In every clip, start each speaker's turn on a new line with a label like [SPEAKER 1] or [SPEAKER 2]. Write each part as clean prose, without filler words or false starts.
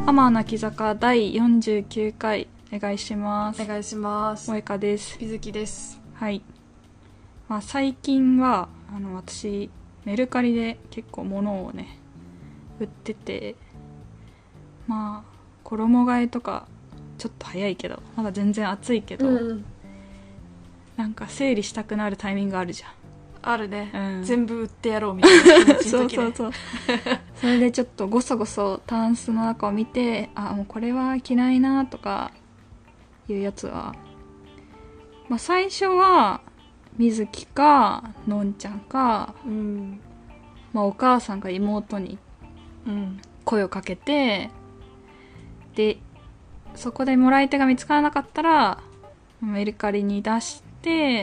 [SPEAKER 1] ハマー泣き坂第49回お願いします。
[SPEAKER 2] お願いします。
[SPEAKER 1] 萌香です。
[SPEAKER 2] 美月です。
[SPEAKER 1] はい。まあ最近は私メルカリで結構物をね売ってて、まあ衣替えとかちょっと早いけどまだ全然暑いけど、なんか整理したくなるタイミングあるじゃん。
[SPEAKER 2] あるね、全部売ってやろうみ
[SPEAKER 1] たいな気持ちの時ね。そうそれでちょっとごそごそタンスの中を見て、あ、もうこれは着ないなとかいうやつは、まあ最初は水木かのんちゃんか、まあお母さんか妹に声をかけて、でそこでもらい手が見つからなかったらメルカリに出して、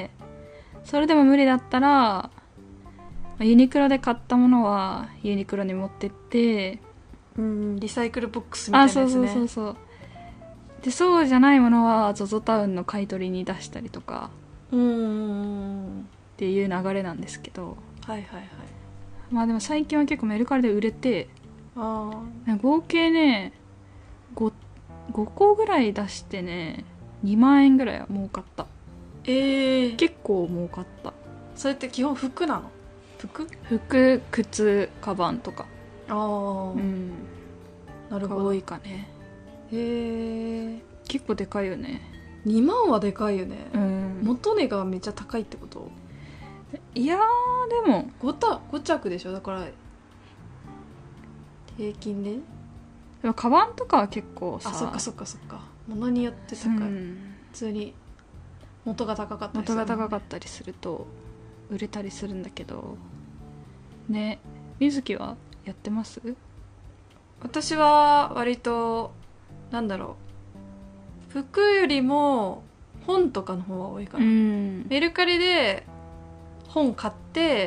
[SPEAKER 1] それでも無理だったらユニクロで買ったものはユニクロに持ってって、
[SPEAKER 2] リサイクルボックスみたいなやつね。
[SPEAKER 1] そうで、そうじゃないものは ZOZO タウンの買い取りに出したりとかっていう流れなんですけど、まあでも最近は結構メルカリで売れて、合計ね 5個ぐらい出してね2万円ぐらいは儲かった。結構儲かった。
[SPEAKER 2] それって基本服なの？
[SPEAKER 1] 服、靴、カバンとか。
[SPEAKER 2] なるほど。
[SPEAKER 1] 多いかね。結構でかいよね。
[SPEAKER 2] 2万はでかいよね。元値がめっちゃ高いってこと？
[SPEAKER 1] いやーでも
[SPEAKER 2] 5着でしょ。だから平均で。
[SPEAKER 1] でもカバンとかは結構さ、
[SPEAKER 2] そっか物によって高い、普通に元が高かったりする
[SPEAKER 1] と売れたりするんだけどね。水木はやってます？
[SPEAKER 2] 私は割となんだろう、服よりも本とかの方が多いかな。メルカリで本買って、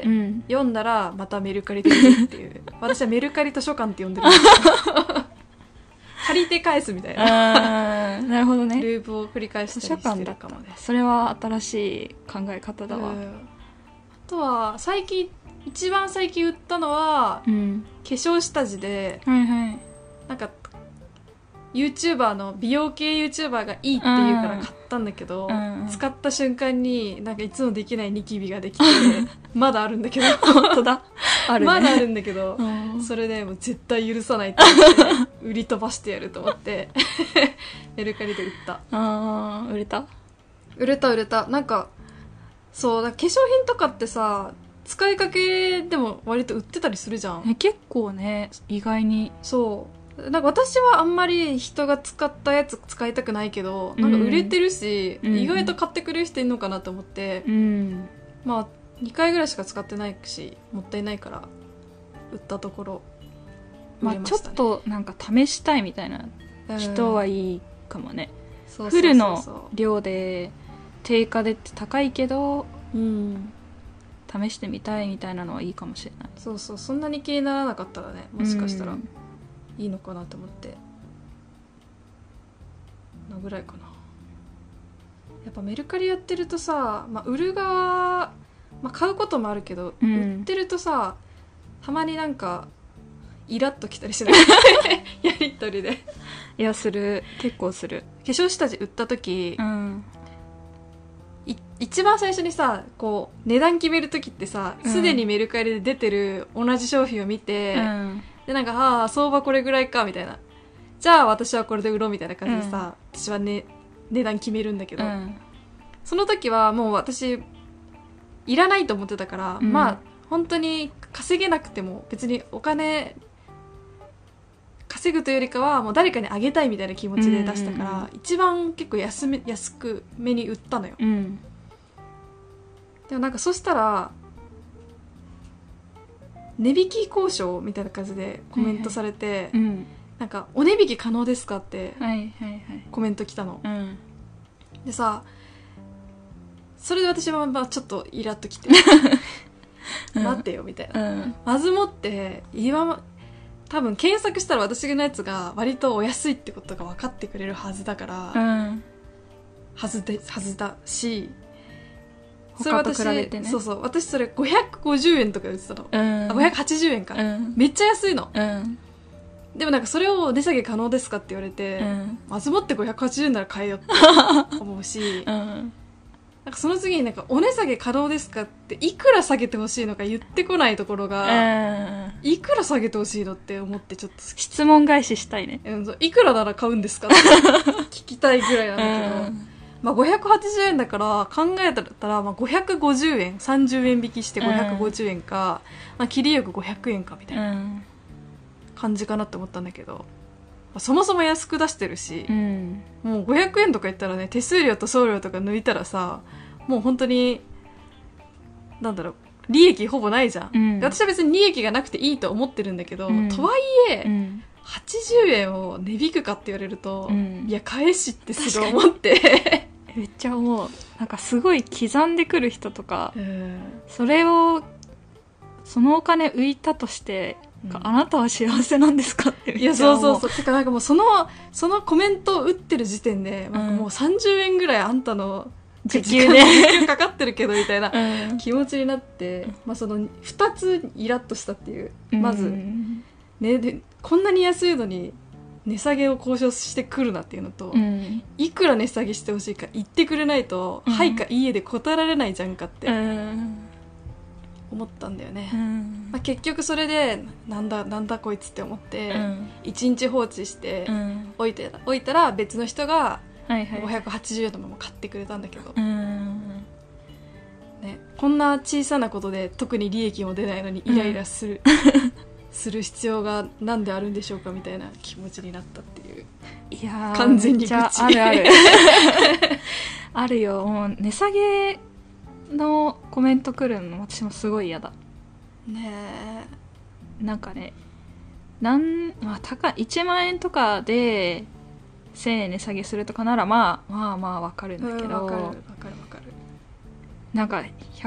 [SPEAKER 2] 読んだらまたメルカリで売るっていう私はメルカリ図書館って呼んでるんですよ借りて返すみたいな
[SPEAKER 1] なるほどね。
[SPEAKER 2] ループを繰り返したりしてるかもね。
[SPEAKER 1] それは新しい考え方だわ。
[SPEAKER 2] あとは一番最近売ったのは、化粧下地で、なんか YouTuber の美容系 YouTuber がいいって言うから買ったんだけど、使った瞬間になんかいつもできないニキビができてまだあるんだけど
[SPEAKER 1] 本当だあるね、
[SPEAKER 2] まだあるんだけど、それでもう絶対許さないって言って売り飛ばしてやると思ってメルカリで売った。売れた。なんかそうだ、化粧品とかってさ、使いかけでも割と売ってたりするじゃん。
[SPEAKER 1] 結構ね、意外に。
[SPEAKER 2] そうなんか私はあんまり人が使ったやつ使いたくないけど、なんか売れてるし、意外と買ってくれる人いるのかなと思って、まあ2回ぐらいしか使ってないしもったいないから売ったところ売れましたね。
[SPEAKER 1] ちょっとなんか試したいみたいな人はいいかもね。フルの量で定価でって高いけど、試してみたいみたいなのはいいかもしれない。
[SPEAKER 2] そんなに気にならなかったらね、もしかしたらいいのかなと思ってのぐらいかな。やっぱメルカリやってるとさ、売る側、買うこともあるけど、売ってるとさ、たまになんかイラッときたりしないやりとりで。
[SPEAKER 1] いや、する。結構する。
[SPEAKER 2] 化粧下地売った時、一番最初にさ、こう値段決める時ってさ、すでにメルカリで出てる同じ商品を見て、でなんか相場これぐらいかみたいな、じゃあ私はこれで売ろうみたいな感じでさ、私はね値段決めるんだけど、その時はもう私いらないと思ってたから、本当に稼げなくても別にお金稼ぐというよりかはもう誰かにあげたいみたいな気持ちで出したから、一番結構安くめに売ったのよ。でもなんかそしたら値引き交渉みたいな感じでコメントされて、なんかお値引き可能ですかってコメント来たの。でさ、それで私はちょっとイラッときて待ってよみたいな、まずもって多分検索したら私のやつが割とお安いってことが分かってくれるはずだから、はずだし、それ私
[SPEAKER 1] 他と比べてね。
[SPEAKER 2] 私それ550円とか売ってたの、580円か、めっちゃ安いの、 でもなんかそれを値下げ可能ですかって言われて、まずもって580円なら買えよって思うし、なんかその次になんかお値下げ可能ですかっていくら下げてほしいのか言ってこないところが、いくら下げてほしいのって思ってちょっと
[SPEAKER 1] 質問返ししたいね。
[SPEAKER 2] いくらなら買うんですかって聞きたいぐらいなんだけど、まあ580円だから考えたらまあ550円30円引きして550円か、まあ、切りよく500円かみたいな感じかなって思ったんだけど、まあ、そもそも安く出してるし、もう500円とか言ったらね、手数料と送料とか抜いたらさ、もう本当になんだろう、利益ほぼないじゃん、私は別に利益がなくていいと思ってるんだけど、とはいえ、80円を値引くかって言われると、いや返しってすごい思って
[SPEAKER 1] めっちゃ思う。なんかすごい刻んでくる人とか、それをそのお金浮いたとして、あなたは幸せなんですかってめっちゃ思う。いや、そう
[SPEAKER 2] てかなんかもうそのコメントを打ってる時点で、なんかもう30円ぐらいあんたの
[SPEAKER 1] 時給ね
[SPEAKER 2] かかってるけどみたいな気持ちになって、まあ、その2つイラッとしたっていう、まず、ね、でこんなに安いのに値下げを交渉してくるなっていうのと、いくら値下げしてほしいか言ってくれないと、はいかいいえで答えられないじゃんかって思ったんだよね、まあ、結局それでなんだこいつって思って、1日放置して置いたら別の人が580円のまま買ってくれたんだけど、ね、こんな小さなことで特に利益も出ないのにイライラする、する必要がなんであるんでしょうかみたいな気持ちになったっていう。
[SPEAKER 1] いや
[SPEAKER 2] 完全に愚痴
[SPEAKER 1] あるあるよ。もう値下げのコメント来るの私もすごい嫌だ
[SPEAKER 2] ね。
[SPEAKER 1] なんかね、まあ、1万円とかで1000円値下げするとかならまあわかるんだけど、
[SPEAKER 2] わかる
[SPEAKER 1] なんか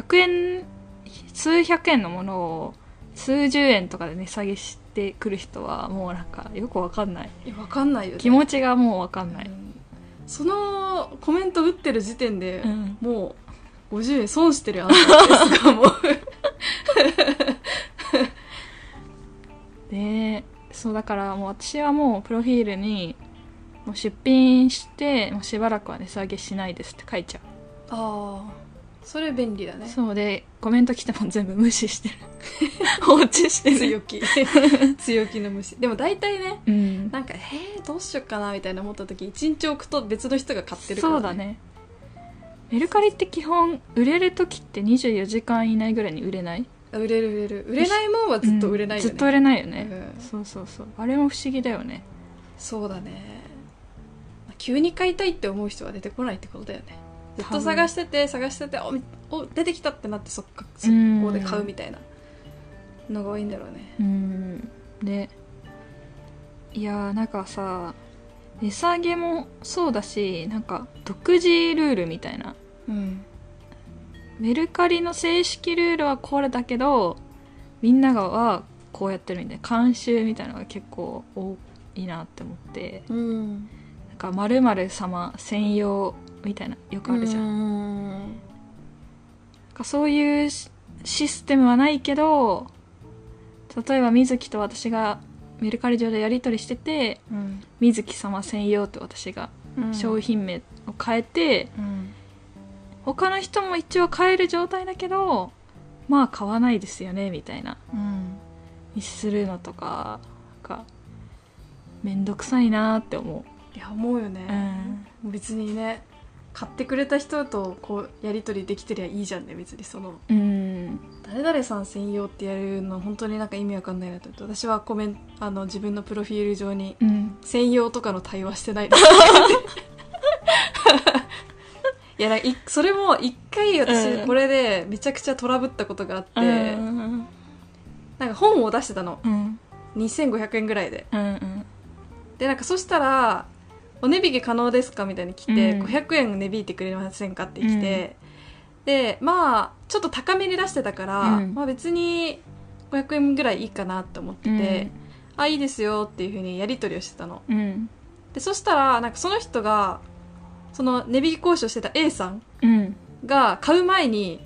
[SPEAKER 1] 数百円のものを数十円とかで値下げしてくる人はもうなんかよくわかんない。
[SPEAKER 2] わかんないよね。
[SPEAKER 1] 気持ちがもうわかんない、
[SPEAKER 2] そのコメント打ってる時点で、もう50円損してるよあんたってすごい思う
[SPEAKER 1] で、そうだからもう私はもうプロフィールにもう出品してもうしばらくは値下げしないですって書いちゃう。
[SPEAKER 2] ああ、それ便利だね。
[SPEAKER 1] そうで、コメント来ても全部無視してる放置してる。
[SPEAKER 2] 強気の無視。でも大体ね、なんかどうしよっかなみたいな思った時1日置くと別の人が買ってるから、ね、
[SPEAKER 1] そうだね。メルカリって基本売れる時って24時間以内ぐらいに売れない？
[SPEAKER 2] 売れないもんはずっと売れないよね、
[SPEAKER 1] ずっと売れないよね、そうあれも不思議だよね。
[SPEAKER 2] そうだね。急に買いたいって思う人は出てこないってことだよね。ずっと探しててお出てきたってなってそこで買うみたいなのが多いんだろうね。
[SPEAKER 1] で、いやなんかさ、値下げもそうだし、なんか独自ルールみたいな、メルカリの正式ルールはこれだけどみんなはこうやってるみたいな慣習みたいなのが結構多いなって思って、なんか〇〇様専用みたいなよくあるじゃん。なんかそういうシステムはないけど、例えば水木と私がメルカリ上でやり取りしてて、水木様専用って私が商品名を変えて、他の人も一応買える状態だけどまあ買わないですよねみたいな、にするのとかなんかめんどくさいなって思う。
[SPEAKER 2] いや思うよね、別にね買ってくれた人とこうやり取りできてりゃいいじゃんね。別にその、誰々さん専用ってやるの本当になんか意味わかんないなと思って、私は自分のプロフィール上に専用とかの対話してないですいやそれも一回私これでめちゃくちゃトラブったことがあって、なんか本を出してたの、2500円ぐらいで、でなんかそしたらお値引き可能ですかみたいに来て、500円値引いてくれませんかって来て、でまあちょっと高めに出してたから、まあ、別に500円ぐらいいいかなって思ってて、あいいですよっていう風にやり取りをしてたの、でそしたらなんかその人がその値引き交渉してた A さんが買う前に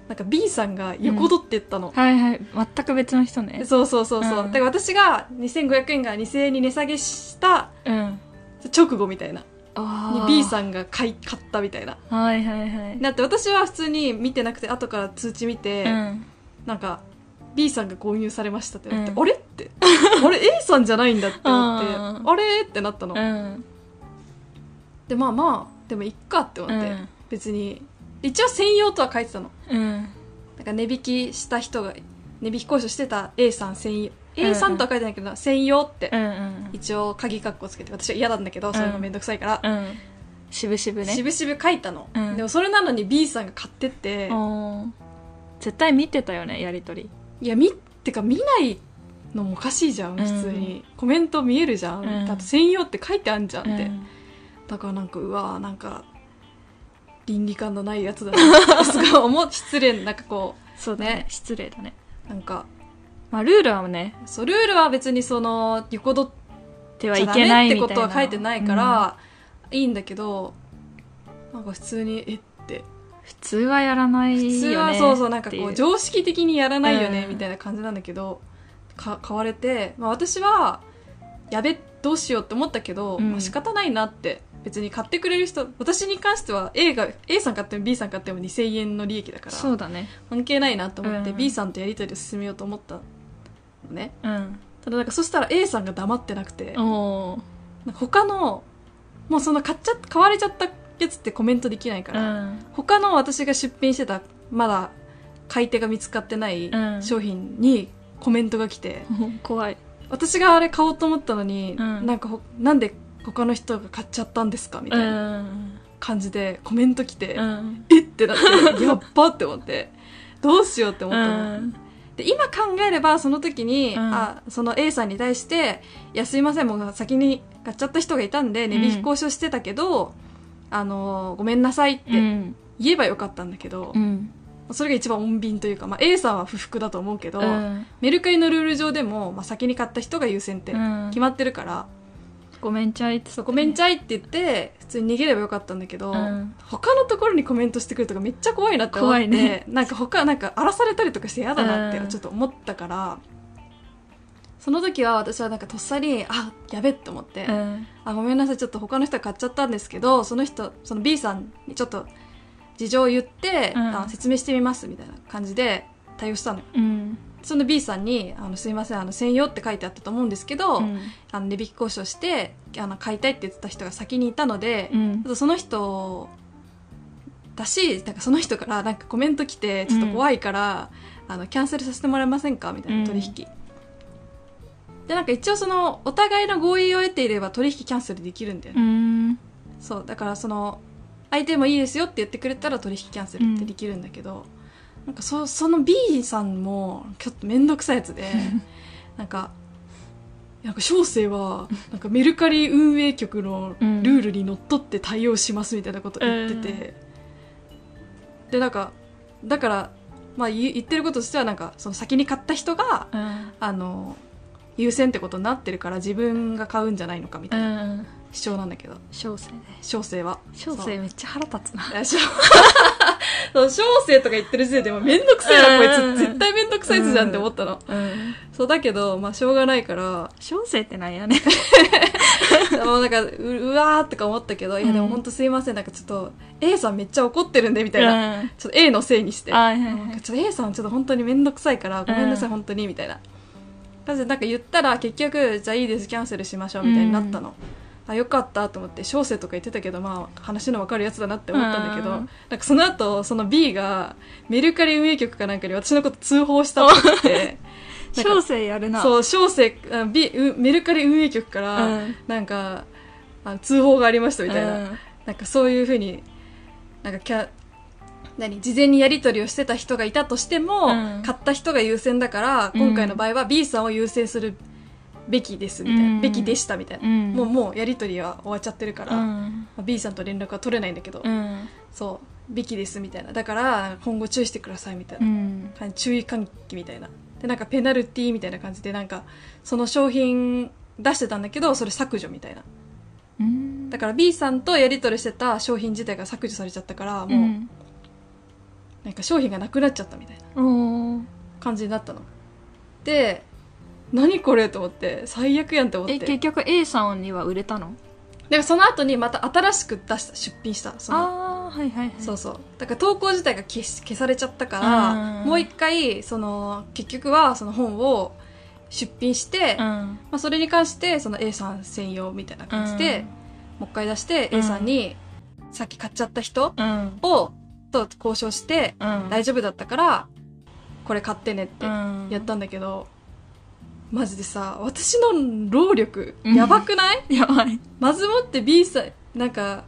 [SPEAKER 2] なんか B さんが横取ってったの、
[SPEAKER 1] はいはい、全く別の人ね。
[SPEAKER 2] そうそうそうそう、だから私が2500円が2000円に値下げした直後みたいな、に B さんが買ったみたいな。
[SPEAKER 1] はいはいはい。
[SPEAKER 2] だって私は普通に見てなくて後から通知見て、なんか B さんが購入されましたってなって、あれってあれ A さんじゃないんだって思ってあれってなったの、でまあでもいっかって思って、別に一応専用とは書いてたの、なんか値引きした人が値引き交渉してた A さん専用、A さんとは書いてないけど専用って一応鍵括弧つけて、私は嫌なんだけどそういうのめんどくさいから、
[SPEAKER 1] 渋々ね、
[SPEAKER 2] 渋々書いたの、でもそれなのに B さんが買ってって、
[SPEAKER 1] 絶対見てたよね、やりとり。
[SPEAKER 2] いやてか見ないのもおかしいじゃん、普通にコメント見えるじゃん、だって専用って書いてあんじゃんって、だからなんかうわーなんか倫理観のないやつだなってすごい失礼、なんかこう
[SPEAKER 1] そうだね、失礼だね。
[SPEAKER 2] なんか
[SPEAKER 1] まあルールはね、
[SPEAKER 2] そうルールは別にその横取って
[SPEAKER 1] はいけない
[SPEAKER 2] ってことは書いてないから、いいんだけど、なんか普通にって
[SPEAKER 1] 普通はやらないよね、
[SPEAKER 2] 普通はそうそう、なんかこう常識的にやらないよね、みたいな感じなんだけど、買われて、まあ、私はやべどうしようって思ったけど、まあ、仕方ないなって、別に買ってくれる人、私に関しては A さん買っても B さん買っても2000円の利益だから、
[SPEAKER 1] そうだね、
[SPEAKER 2] 関係ないなと思って、B さんとやり取りを進めようと思ったのね、ただなんかそしたら A さんが黙ってなくて、なんか他のもうその買われちゃったやつってコメントできないから、他の私が出品してたまだ買い手が見つかってない商品にコメントが来て、
[SPEAKER 1] 怖い。
[SPEAKER 2] 私があれ買おうと思ったのに、なんで他の人が買っちゃったんですかみたいな感じでコメント来て、えってなってやっばって思ってどうしようって思ったの、で今考えればその時に、その A さんに対して「いやすいません、もう先に買っちゃった人がいたんで値引き交渉してたけど、ごめんなさい」って言えばよかったんだけど、それが一番穏便というか、まあ、A さんは不服だと思うけど、メルカリのルール上でも、まあ、先に買った人が優先って決まってるから、
[SPEAKER 1] ごめんちゃいって、
[SPEAKER 2] そうごめんちゃいって言って普通に逃げればよかったんだけど、他のところにコメントしてくるとかめっちゃ怖いなって思って、ね、なんか荒らされたりとかして嫌だなってちょっと思ったから、その時は私はなんかとっさにやべって思って、ごめんなさい、ちょっと他の人が買っちゃったんですけど、その B さんにちょっと事情を言って、説明してみますみたいな感じで対応したのよ、その B さんにすいません、専用って書いてあったと思うんですけど、値引き交渉して買いたいって言ってた人が先にいたので、その人だし、なんかその人からなんかコメント来てちょっと怖いから、キャンセルさせてもらえませんかみたいな取引、でなんか一応そのお互いの合意を得ていれば取引キャンセルできるんだよね、そうだからその相手もいいですよって言ってくれたら取引キャンセルってできるんだけど、なんかその B さんもちょっと面倒くさいやつでなんか小生はなんかメルカリ運営局のルールにのっとって対応しますみたいなこと言ってて、でなんかだからまあ言ってることとしてはなんかその先に買った人が、優先ってことになってるから自分が買うんじゃないのかみたいな主張なんだけど、
[SPEAKER 1] 小生めっちゃ腹立つな。
[SPEAKER 2] そう小生とか言ってる時点でもめんどくせえな、こいつ絶対めんどくさいやつじゃんって思ったの、そうだけどまあしょうがないから、
[SPEAKER 1] 小生ってなんやね
[SPEAKER 2] もうなんかうわーとか思ったけど、いやでも本当すいません、なんかちょっと A さんめっちゃ怒ってるんでみたいな、ちょっと A のせいにして、ちょっと A さんちょっと本当にめんどくさいからごめんなさい、本当にみたいな感じでなんか言ったら、結局じゃあいいですキャンセルしましょうみたいになったの、よかったと思って、小生とか言ってたけど、まあ話の分かるやつだなって思ったんだけど、なんかその後その B がメルカリ運営局かなんかに私のこと通報したって言って
[SPEAKER 1] 小生やるな。
[SPEAKER 2] そう小生メルカリ運営局からなんか、通報がありましたみたいな、なんかそういう風になんか事前にやり取りをしてた人がいたとしても、買った人が優先だから、今回の場合は B さんを優先するべきですみたいな、べきでしたみたいな、もうやり取りは終わっちゃってるから、B さんと連絡は取れないんだけど、そうべきですみたいな、だから今後注意してくださいみたいな、注意喚起みたいなで、なんかペナルティーみたいな感じでなんかその商品出してたんだけど、それ削除みたいな、だから B さんとやり取りしてた商品自体が削除されちゃったから、もう、 なんか商品がなくなっちゃったみたいな
[SPEAKER 1] お
[SPEAKER 2] 感じになったので、何これと思って最悪やんって思って、
[SPEAKER 1] 結局 A さんには売れたの？
[SPEAKER 2] でその後にまた新しく出品したその
[SPEAKER 1] ああはいはいはい。
[SPEAKER 2] そうそう、だから投稿自体が消されちゃったから、もう一回その結局はその本を出品して、まあ、それに関してその A さん専用みたいな感じで、もう一回出して A さんに、さっき買っちゃった人をと交渉して、大丈夫だったからこれ買ってねってやったんだけど、マジでさ、私の労力やばくない？
[SPEAKER 1] やばい。
[SPEAKER 2] まずもって B さんなんか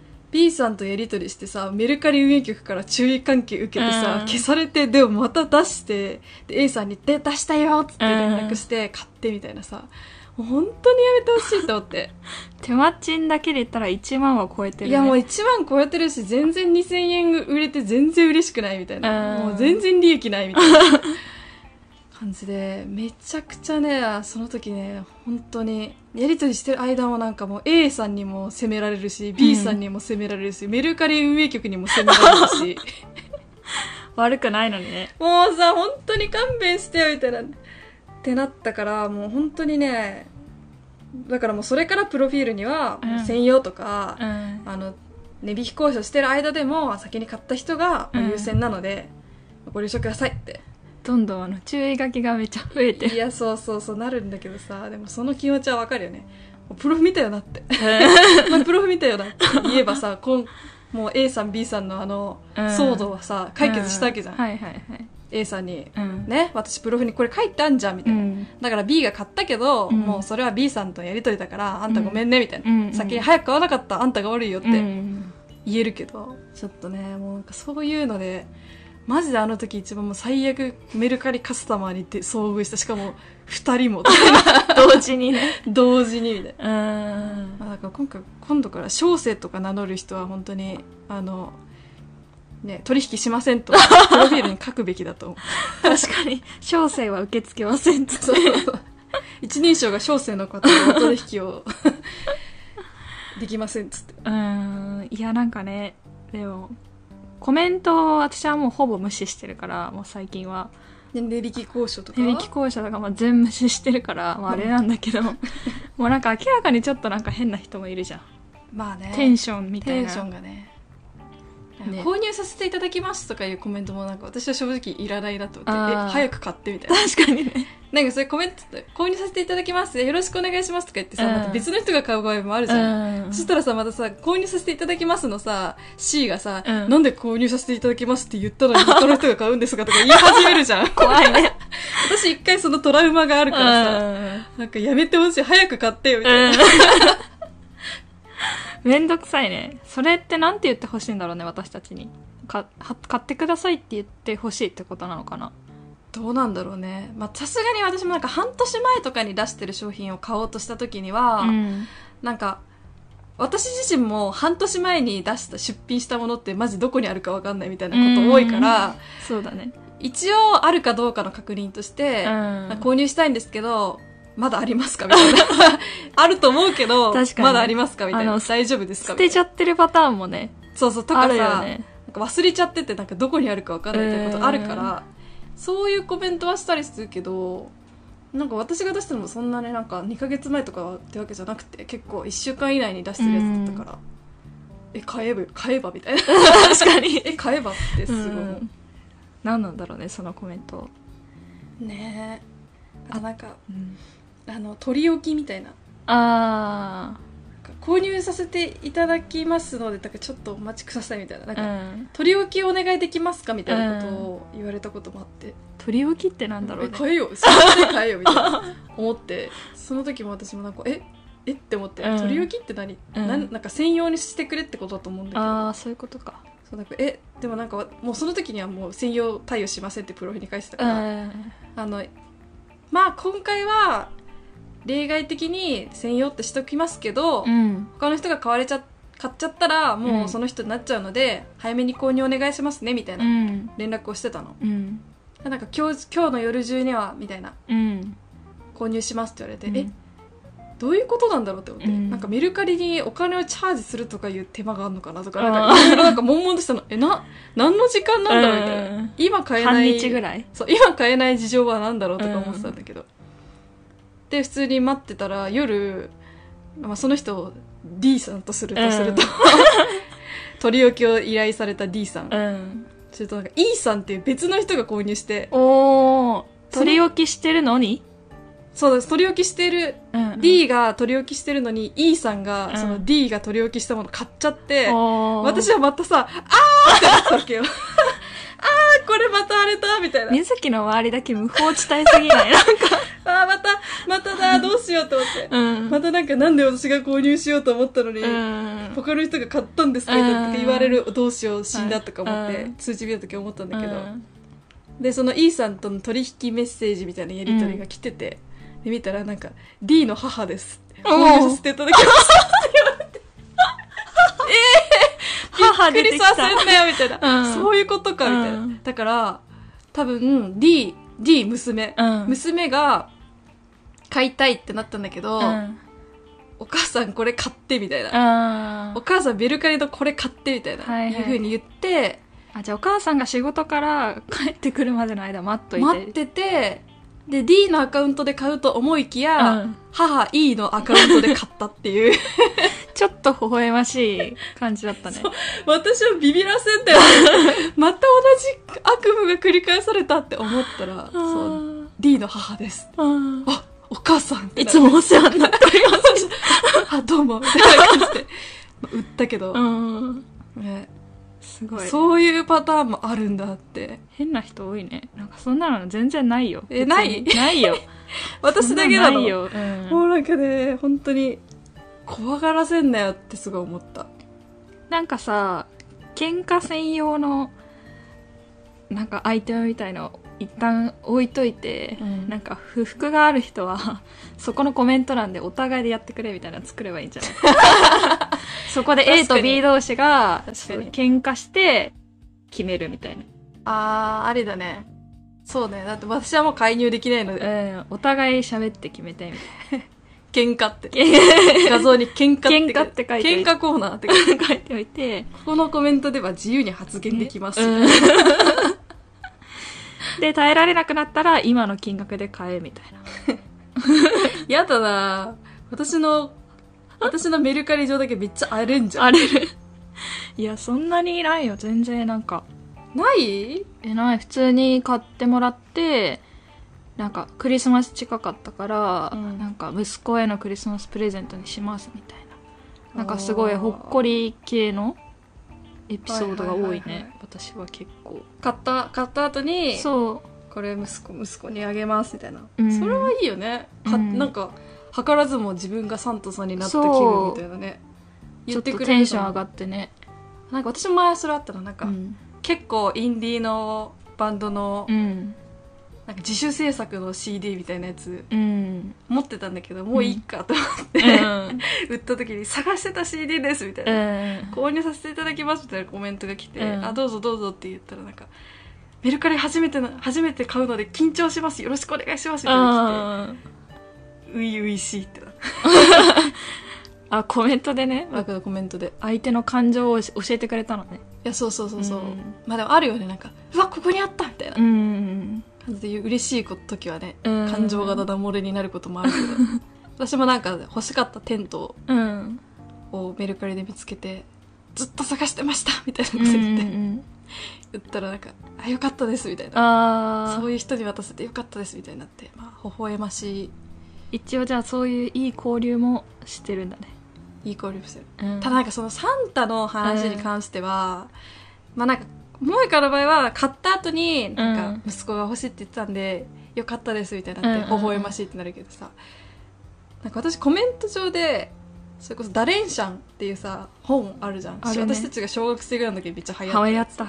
[SPEAKER 2] B さんとやり取りしてさ、メルカリ運営局から注意喚起受けてさ、消されて、でもまた出してで A さんに出したよっつって連絡して買ってみたいなさ、もう本当にやめてほしいと思って
[SPEAKER 1] 手間賃だけで言ったら1万は超えてるね。
[SPEAKER 2] いやもう1万超えてるし、全然2000円売れて全然嬉しくないみたいな、もう全然利益ないみたいな感じで、めちゃくちゃね、その時ね、本当にやり取りしてる間もなんかもう A さんにも責められるし、B さんにも責められるし、メルカリ運営局にも責められるし
[SPEAKER 1] 悪くないのにね。
[SPEAKER 2] もうさ、本当に勘弁してよみたいなってなったから、もう本当にね、だからもうそれからプロフィールには専用とか、値引き交渉してる間でも先に買った人が優先なので、ご了承くださいって
[SPEAKER 1] どんどん注意書きがめっちゃ増えて、
[SPEAKER 2] いやそうそうそうなるんだけどさ、でもその気持ちはわかるよね。プロフ見たよなってプロフ見たよなって言えばさ、もう A さん B さんの騒動はさ、解決したわけじゃん、
[SPEAKER 1] はいはいはい、
[SPEAKER 2] A さんに、ね、私プロフにこれ書いてあんじゃんみたいな、だから B が買ったけど、もうそれは B さんとやり取りだからあんたごめんねみたいな、先に早く買わなかったあんたが悪いよって言えるけど、ちょっとね、もうなんかそういうのでマジであの時一番もう最悪メルカリカスタマーに遭遇した。しかも2人も
[SPEAKER 1] 同時にね
[SPEAKER 2] 同時にみたいな。だから今度から小生とか名乗る人は本当にね、取引しませんとプロフィールに書くべきだと思う
[SPEAKER 1] 確かに小生は受け付けませんって
[SPEAKER 2] 一人称が小生の方の取引をできませんっつって。
[SPEAKER 1] いやなんかね、でもコメントを私はもうほぼ無視してるから、もう最近は
[SPEAKER 2] 値引き交渉とか
[SPEAKER 1] 値引き交渉とか全部無視してるから、あれなんだけどもうなんか明らかにちょっとなんか変な人もいるじゃん。
[SPEAKER 2] まあね、
[SPEAKER 1] テンションみたいな、
[SPEAKER 2] テンションがね、購入させていただきますとかいうコメントもなんか私は正直いらないなと思って、早く買ってみたいな。
[SPEAKER 1] 確かにね、
[SPEAKER 2] なんかそれコメント購入させていただきますよろしくお願いしますとか言ってさ、また別の人が買う場合もあるじゃん、そしたらさまたさ購入させていただきますのさ C がさ、なんで購入させていただきますって言ったのに他の人が買うんですかとか言い始めるじゃん
[SPEAKER 1] 怖いね
[SPEAKER 2] 私一回そのトラウマがあるからさ、なんかやめてほしい、早く買ってよみたいな、
[SPEAKER 1] めんどくさいね。それってなんて言ってほしいんだろうね、私たちに。買ってくださいって言ってほしいってことなのかな。
[SPEAKER 2] どうなんだろうね。まあさすがに私もなんか半年前とかに出してる商品を買おうとした時には、なんか私自身も半年前に出品したものってマジどこにあるか分かんないみたいなこと多いから、
[SPEAKER 1] そうだね、
[SPEAKER 2] 一応あるかどうかの確認として、購入したいんですけどまだありますかみたいなあると思うけどまだありますかみたいな、大丈夫ですかみたいな、
[SPEAKER 1] 捨てちゃってるパターンもね、
[SPEAKER 2] そうそうとかさ、
[SPEAKER 1] ね、
[SPEAKER 2] なんか忘れちゃっててなんかどこにあるか分かんないってことあるから、そういうコメントはしたりするけど、なんか私が出したのもそんなになんか2ヶ月前とかってわけじゃなくて、結構1週間以内に出してるやつだったから、買えばみたいな
[SPEAKER 1] 確かに
[SPEAKER 2] 買えばってすごい、
[SPEAKER 1] 何なんだろうねそのコメント
[SPEAKER 2] ねえ。なんか、取り置きみたいな、購入させていただきますのでだからちょっとお待ちくださいみたいな、なんか、取り置きお願いできますかみたいなことを言われたこともあって、取
[SPEAKER 1] り置きってなんだろうね、
[SPEAKER 2] 買えよそれで買えよみたいな思って、その時も私もなんかって思って、取り置きって何、なんか専用にしてくれってことだと思うんだけど、
[SPEAKER 1] そういうことか。
[SPEAKER 2] そうなんかでもなんかもうその時にはもう専用対応しませんってプロフィールに書いてたから、まあ今回は例外的に専用ってしときますけど、他の人が買っちゃったらもうその人になっちゃうので、早めに購入お願いしますねみたいな連絡をしてたの、なんか今日の夜中にはみたいな、購入しますって言われて、 どういうことなんだろうって思って、なんかメルカリにお金をチャージするとかいう手間があるのかなとか、なんかいろいろなんか悶々としたの。何の時間なんだろうみたいな。今買えない。
[SPEAKER 1] 半日ぐらい？
[SPEAKER 2] そう、今買えない事情は何だろうとか思ってたんだけど。で、普通に待ってたら、夜、まあ、その人を D さんとすると、取り置きを依頼された D さん。するとなんか E さんっていう別の人が購入して。
[SPEAKER 1] おー、取り置きしてるのに？
[SPEAKER 2] そうです。取り置きしてる、D が取り置きしてるのに、E さんが、その D が取り置きしたもの買っちゃって、私はまたさ、ってなったわけよ。これまたあれだみたいな。
[SPEAKER 1] 水木の周りだけ無法地帯すぎない？なんか。
[SPEAKER 2] まただ、どうしようと思って。またなんかなんで私が購入しようと思ったのに、他の人が買ったんですかって言われる、どうしよう、死んだとか思って、通知見た時思ったんだけど。で、その E さんとの取引メッセージみたいなやり取りが来てて、で見たらなんか D の母ですって購入させていただきましたって言われて
[SPEAKER 1] 母出てきた。
[SPEAKER 2] びっくりさせんなよみたいな、そういうことかみたいな、だから多分 D 娘、娘が買いたいってなったんだけど、お母さんこれ買ってみたいな、お母さんメルカリのこれ買ってみたいな、いう風に言って、
[SPEAKER 1] じゃあお母さんが仕事から帰ってくるまでの間待
[SPEAKER 2] ってて、で D のアカウントで買うと思いきや、母 E のアカウントで買ったっていう
[SPEAKER 1] ちょっと微笑ましい感じだったね。
[SPEAKER 2] 私はビビらせんだよまた同じ悪夢が繰り返されたって思ったら、そう D の母です。お母さんって
[SPEAKER 1] いつもお世話になっており
[SPEAKER 2] ますどうもみたいな感じで売ったけど、ね、
[SPEAKER 1] すごい。
[SPEAKER 2] そういうパターンもあるんだって。
[SPEAKER 1] 変な人多いね。なんかそんなの全然ないよ。
[SPEAKER 2] ない
[SPEAKER 1] よ。
[SPEAKER 2] 私だけなの。
[SPEAKER 1] ないよ。
[SPEAKER 2] もうなんかね、本当に怖がらせんなよってすごい思った。
[SPEAKER 1] なんかさ、喧嘩専用のなんかアイテムみたいの一旦置いといて、なんか不服がある人はそこのコメント欄でお互いでやってくれみたいなの作ればいいんじゃないそこで A と B 同士が喧嘩して決めるみたいな。
[SPEAKER 2] あれだね。そうね。だって私はもう介入できないので、
[SPEAKER 1] お互い喋って決めてみたいな
[SPEAKER 2] 喧嘩って画像に喧嘩って書いて、喧嘩コーナーって
[SPEAKER 1] 書いておいて、
[SPEAKER 2] ここのコメントでは自由に発言できます、
[SPEAKER 1] で耐えられなくなったら今の金額で買えみたいな
[SPEAKER 2] やだな。私のメルカリ上だけめっちゃ荒れんじゃん。
[SPEAKER 1] 荒れるいやそんなにないよ全然。なんか
[SPEAKER 2] ない？
[SPEAKER 1] ない。普通に買ってもらって、なんかクリスマス近かったから、なんか息子へのクリスマスプレゼントにしますみたいな、なんかすごいほっこり系のエピソードが多いね、私は結構。
[SPEAKER 2] 買った後に、
[SPEAKER 1] そう
[SPEAKER 2] これ息子にあげますみたいな、それはいいよね。なんか図らずも自分がサンタさんになった気分みたいなね、
[SPEAKER 1] 言ってくれる。ちょっとテンション上がってね。
[SPEAKER 2] なんか私も前それあったの。なんか、結構インディーのバンドの、なんか自主制作の CD みたいなやつ、持ってたんだけど、もういいかと思って、売った時に探してた CD ですみたいな、購入させていただきますみたいなコメントが来て、どうぞどうぞって言ったら、なんかメルカリ初めて買うので緊張します、よろしくお願いしますみたいな来て、ういういしいってな
[SPEAKER 1] コメントでね。
[SPEAKER 2] コメントで
[SPEAKER 1] 相手の感情を教えてくれたのね。
[SPEAKER 2] いや、そう、まあでもあるよね。なんかうわここにあったみたいな感じで嬉しい時はね、感情がダダ漏れになることもあるけど私もなんか欲しかったテントをメルカリで見つけて、ずっと探してましたみたいなこと言って、言ったらなんかよかったですみたいな、そういう人に渡せてよかったですみたいになって、まあ微笑ましい。一
[SPEAKER 1] 応じゃあそういういい交流もしてるんだね。
[SPEAKER 2] いい交流してる、ただなんかそのサンタの話に関しては、まあなんか萌香の場合は買った後になんか息子が欲しいって言ってたんで、よかったですみたいになって微笑ましいってなるけどさ、なんか私コメント上でそれこそダレンシャンっていうさ本あるじゃん、私たちが小学生ぐらいの時めっちゃ流行った、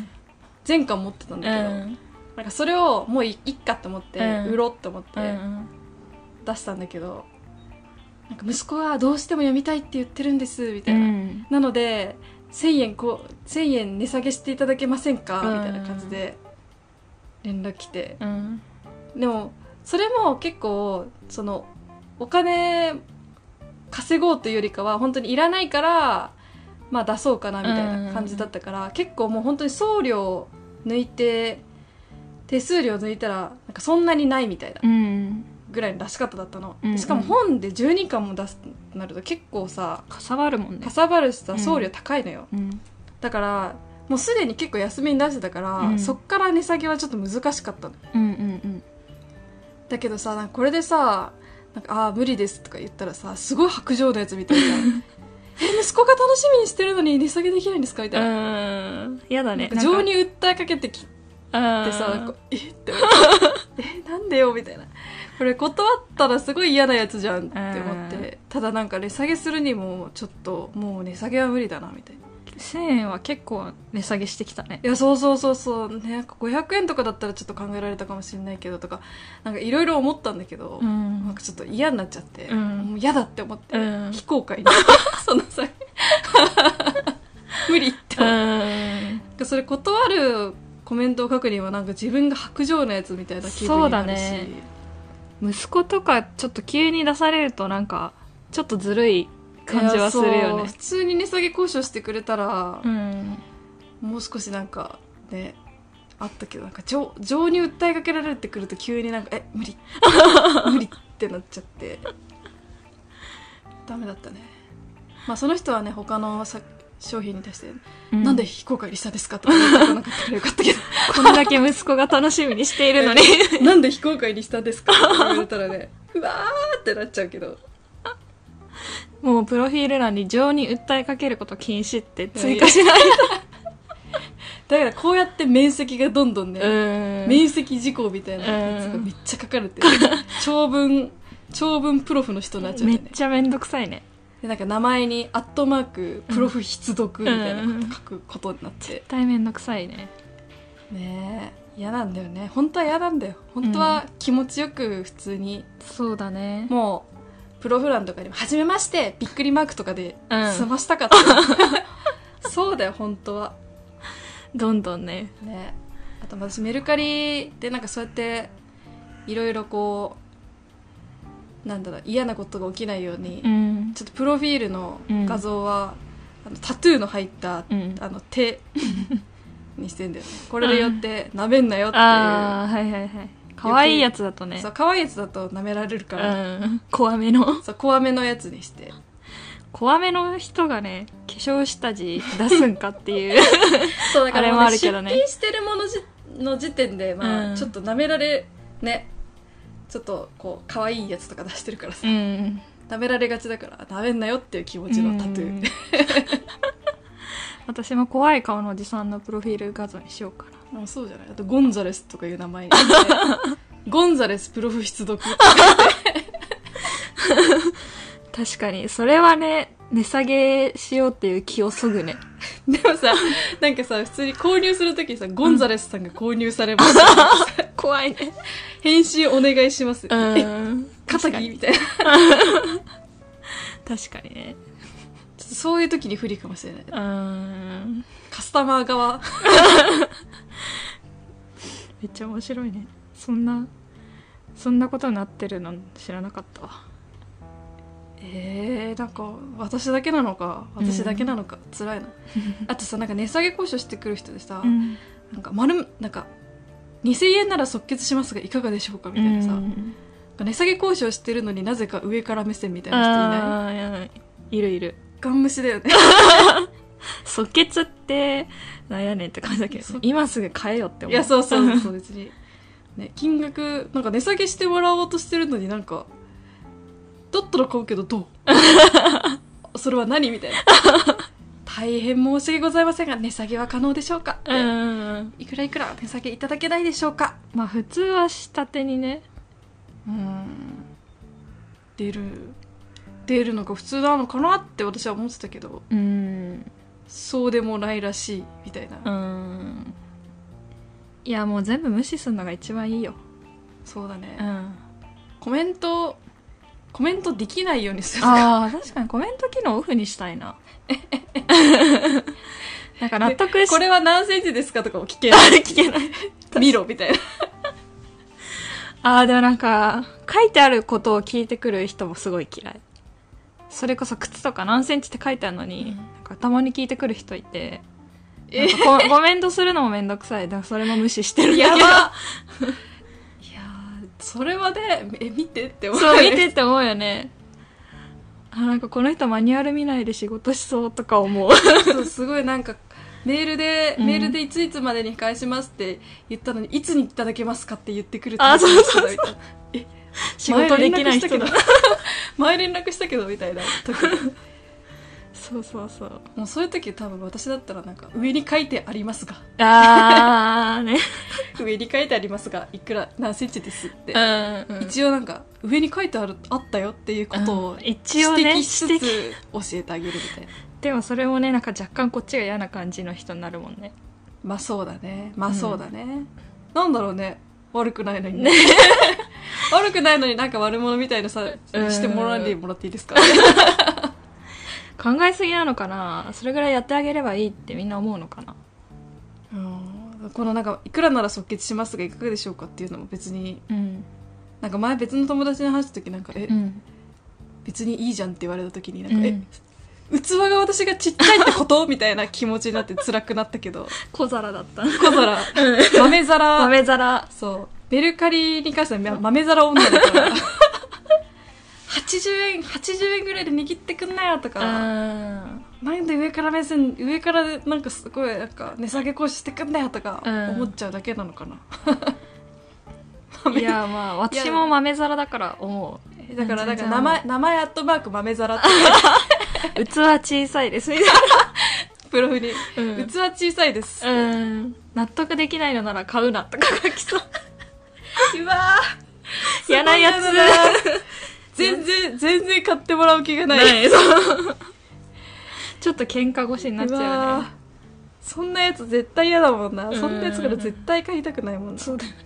[SPEAKER 2] 全巻持ってたんだけど、なんかそれをもういっかって思って、売ろうって思って出したんだけど、なんか息子がどうしても読みたいって言ってるんですみたいな、なので1000円値下げしていただけませんかみたいな感じで連絡来て、でもそれも結構そのお金稼ごうというよりかは本当にいらないからまあ出そうかなみたいな感じだったから、結構もう本当に送料抜いて手数料抜いたらなんかそんなにないみたいなぐらいの出し方だったの、しかも本で12巻も出すとなると結構さ
[SPEAKER 1] かさばるもんね。
[SPEAKER 2] かさばるしさ送料高いのよ、だからもうすでに結構安めに出してたから、そっから値下げはちょっと難しかったの、だけどさなんかこれでさなんか無理ですとか言ったらさすごい白状のやつみたいな息子が楽しみにしてるのに値下げできないんですかみたいな。
[SPEAKER 1] やだね。
[SPEAKER 2] 情に訴えかけてきてさ、って思ってなんでよみたいな。これ断ったらすごい嫌なやつじゃんって思って、ただなんか値下げするにもちょっともう値下げは無理だなみたいな。
[SPEAKER 1] 1000円は結構値下げしてきたね。
[SPEAKER 2] いやそうね、なんか500円とかだったらちょっと考えられたかもしれないけどとかなんかいろいろ思ったんだけど、なんかちょっと嫌になっちゃって、もう嫌だって思って、非公開にその際無理って思って、それ断るコメントを書くにはなんか自分が白状のやつみたいな気分になるし、そうだね、
[SPEAKER 1] 息子とかちょっと急に出されるとなんかちょっとずるい感じはするよね。
[SPEAKER 2] 普通に値下げ交渉してくれたら、もう少しなんかねあったけど、なんか情に訴えかけられてくると急になんか無理無理ってなっちゃってダメだったね。まあその人はね他の商品に対して、なんで非公開にしたんですかとか言わなかったからよかったけど
[SPEAKER 1] こんだけ息子が楽しみにしているのに
[SPEAKER 2] なんで非公開にしたんですかって言われたらねうわーってなっちゃうけど、
[SPEAKER 1] もうプロフィール欄に情に訴えかけること禁止って追加しない
[SPEAKER 2] だからこうやって面積がどんどんね、面積事項みたいなやつがめっちゃ書かれて長文プロフの人になっちゃって、ね、
[SPEAKER 1] めっちゃめんどくさいね。
[SPEAKER 2] でなんか名前にアットマークプロフ必読みたいなこと書くことになって、
[SPEAKER 1] 絶対めんどくさいね。
[SPEAKER 2] ねえ嫌なんだよね。本当は嫌なんだよ。本当は気持ちよく普通に、
[SPEAKER 1] そうだね、
[SPEAKER 2] もうプロフ欄とかにも初めましてびっくりマークとかで済ましたかった、そうだよ本当は。
[SPEAKER 1] どんどんね。
[SPEAKER 2] あと私メルカリでなんかそうやっていろいろこうなんだろう嫌なことが起きないように、ちょっとプロフィールの画像は、タトゥーの入った、手にしてんだよね。これでよって舐めんなよっていう、はい
[SPEAKER 1] はいはい、可愛いやつだとね、
[SPEAKER 2] そう可愛いやつだと舐められるから、
[SPEAKER 1] 怖めの
[SPEAKER 2] そう怖めのやつにして、
[SPEAKER 1] 怖めの人がね化粧下地出すんかっていう
[SPEAKER 2] そうだから、
[SPEAKER 1] あれもあるけどね、
[SPEAKER 2] 出品してるものの時点で、まあちょっと舐められね、ちょっとこう可愛いやつとか出してるからさ、舐められがちだから舐めんなよっていう気持ちのタトゥー、
[SPEAKER 1] 私も怖い顔のおじさんのプロフィール画像にしようかな。
[SPEAKER 2] そうじゃない。あとゴンザレスとかいう名前にゴンザレスプロフ必読って
[SPEAKER 1] 確かにそれはね値下げしようっていう気をそぐね。
[SPEAKER 2] でもさなんかさ普通に購入するときにさ、ゴンザレスさんが購入されました
[SPEAKER 1] 怖いね。
[SPEAKER 2] 返信お願いします、肩着みたいな
[SPEAKER 1] 確かにね。
[SPEAKER 2] ちょっとそういう時に不利かもしれない。カスタマー側
[SPEAKER 1] めっちゃ面白いね。そんなことになってるの知らなかったわ。
[SPEAKER 2] なんか私だけなのか辛いなあとさなんか値下げ交渉してくる人でさ、なんか2000円なら即決しますがいかがでしょうかみたいなさ、値下げ交渉してるのになぜか上から目線みたいな人いない？
[SPEAKER 1] いる
[SPEAKER 2] ガン無視だよね
[SPEAKER 1] 即決ってなんやねんって感じだけど、今すぐ買えよって思う。
[SPEAKER 2] いやそう別にね、金額なんか値下げしてもらおうとしてるのになんかだったら買うけどどうそれは何みたいな大変申し訳ございませんが値下げは可能でしょうか、いくら値下げいただけないでしょうか。
[SPEAKER 1] まあ普通は下手にね
[SPEAKER 2] 出るのが普通なのかなって私は思ってたけど、そうでもないらしいみたいな。
[SPEAKER 1] いやもう全部無視するのが一番いいよ。
[SPEAKER 2] そうだね、コメントできないようにする
[SPEAKER 1] 確かにコメント機能オフにしたいななんか納得
[SPEAKER 2] これは何センチですかとかも聞けない
[SPEAKER 1] 聞けない
[SPEAKER 2] 見ろみたいな
[SPEAKER 1] でもなんか書いてあることを聞いてくる人もすごい嫌い。それこそ靴とか何センチって書いてあるのに、なんかたまに聞いてくる人いて、なんかコメントするのもめんどくさい。だからそれも無視してるんだけど。
[SPEAKER 2] やばいやそれはね、見てって思うよ
[SPEAKER 1] そう、
[SPEAKER 2] ね。
[SPEAKER 1] 見てって思うよね。なんかこの人マニュアル見ないで仕事しそうとか思う。
[SPEAKER 2] そうすごいなんかメールでいついつまでに返しますって言ったのに、いつにいただけますかって言ってくるって言って
[SPEAKER 1] そうそうそう
[SPEAKER 2] みたいな。
[SPEAKER 1] 仕事できない人だ。
[SPEAKER 2] 前連絡したけどみたいな時
[SPEAKER 1] そうそうそう。
[SPEAKER 2] もうそういう時多分私だったらなんか上に書いてありますが
[SPEAKER 1] ね。
[SPEAKER 2] 上に書いてありますがいくら何センチですって、
[SPEAKER 1] うん
[SPEAKER 2] 一応なんか上に書いてあったよっていうことを
[SPEAKER 1] 一応ね
[SPEAKER 2] 指摘しつつ教えてあげるみたいな。
[SPEAKER 1] でもそれもね、なんか若干こっちが嫌な感じの人になるもんね。
[SPEAKER 2] まあそうだね、まあそうだね、なんだろうね、悪くないのにね悪くないのになんか悪者みたいなさしてもらっていいですか
[SPEAKER 1] 考えすぎなのかな。それぐらいやってあげればいいってみんな思うのかな。
[SPEAKER 2] このなんかいくらなら即決しますがいかがでしょうかっていうのも別に、なんか前別の友達に話した時なんか別にいいじゃんって言われた時になんか、器が私がちっちゃいってことみたいな気持ちになって辛くなったけど
[SPEAKER 1] 小皿だった。
[SPEAKER 2] 小皿豆皿
[SPEAKER 1] 豆皿。
[SPEAKER 2] そうメルカリに関しては豆皿女だから80円ぐらいで握ってくんなよとか、なんで上からなんかすごいなんか値下げ交渉してくんだよとか思っちゃうだけなのかな、
[SPEAKER 1] いやまあ私も豆皿だから思う。
[SPEAKER 2] だから名前アットマーク豆皿って
[SPEAKER 1] 器小さいですみたいな
[SPEAKER 2] プロフに、器小さいです、
[SPEAKER 1] 納得できないのなら買うなとか書きそう
[SPEAKER 2] うわー
[SPEAKER 1] 嫌なやつ
[SPEAKER 2] 全然買ってもらう気がない
[SPEAKER 1] ちょっと喧嘩腰になっちゃうね。
[SPEAKER 2] そんなやつ絶対嫌だもんな。そんなやつから絶対買いたくないもんな。
[SPEAKER 1] そうだよ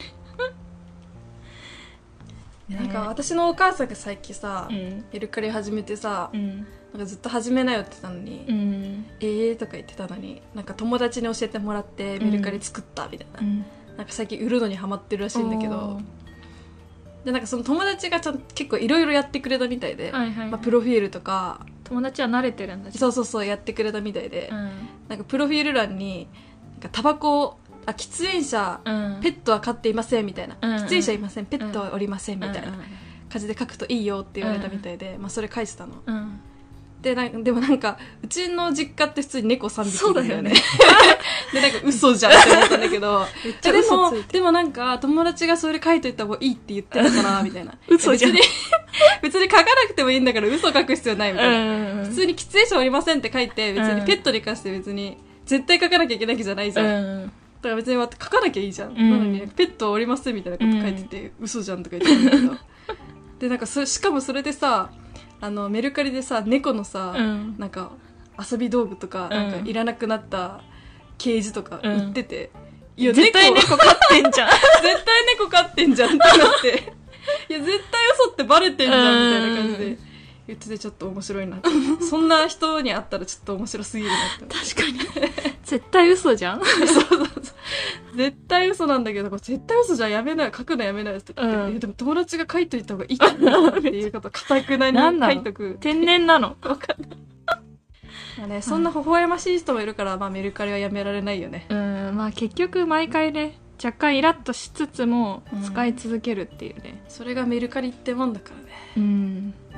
[SPEAKER 1] ね。
[SPEAKER 2] なんか私のお母さんが最近さ、メルカリ始めてさ、なんかずっと始めなよって言ったのに、とか言ってたのに、なんか友達に教えてもらってメルカリ作ったみたいな、なんか最近売るのにハマってるらしいんだけど、でなんかその友達が結構いろいろやってくれたみたいで、まあ、プロフィールとか
[SPEAKER 1] 友達は慣れてるんだ。
[SPEAKER 2] そうやってくれたみたいで、なんかプロフィール欄になんかタバコ喫煙者、ペットは飼っていませんみたいな、喫煙者いません、ペットはおりませんみたいな感じで書くといいよって言われたみたいで、まあ、それ書いてたの、でもなんかうちの実家って普通に猫3匹いるんだよねでなんか嘘じゃんって思ったんだけどでもなんか友達がそれ書いといた方がいいって言ってたからみたいな
[SPEAKER 1] 嘘じゃん
[SPEAKER 2] 別に書かなくてもいいんだから嘘書く必要ないみたいな、普通に喫煙者おりませんって書いて、別にペットに関して別に絶対書かなきゃいけないわけじゃないじゃん、だから別に書かなきゃいいじゃん、なのにペットはおりませんみたいなこと書いてて、嘘じゃんとか言ってたんだけどでなんかしかもそれでさメルカリでさ猫のさ、なんか遊び道具とか、なんかいらなくなったケージとか売ってて、いや
[SPEAKER 1] 絶対猫飼ってんじゃん
[SPEAKER 2] 絶対猫飼ってんじゃんってなっていや絶対嘘ってバレてんじゃんみたいな感じで言ってて、ちょっと面白いなそんな人に会ったらちょっと面白すぎるなって
[SPEAKER 1] 確かに絶対嘘じゃん
[SPEAKER 2] そう絶対嘘なんだけど、これ絶対嘘じゃん、やめなよ、書くのやめなよって言って、でも友達が書いといた方がいいかなっていうことをかたくなに書いとく。
[SPEAKER 1] 天然なの
[SPEAKER 2] わかんないまあね、そんな微笑ましい人もいるから、まあ、メルカリはやめられないよね。
[SPEAKER 1] まあ結局毎回ね、若干イラッとしつつも使い続けるっていうね、
[SPEAKER 2] それがメルカリってもんだからね。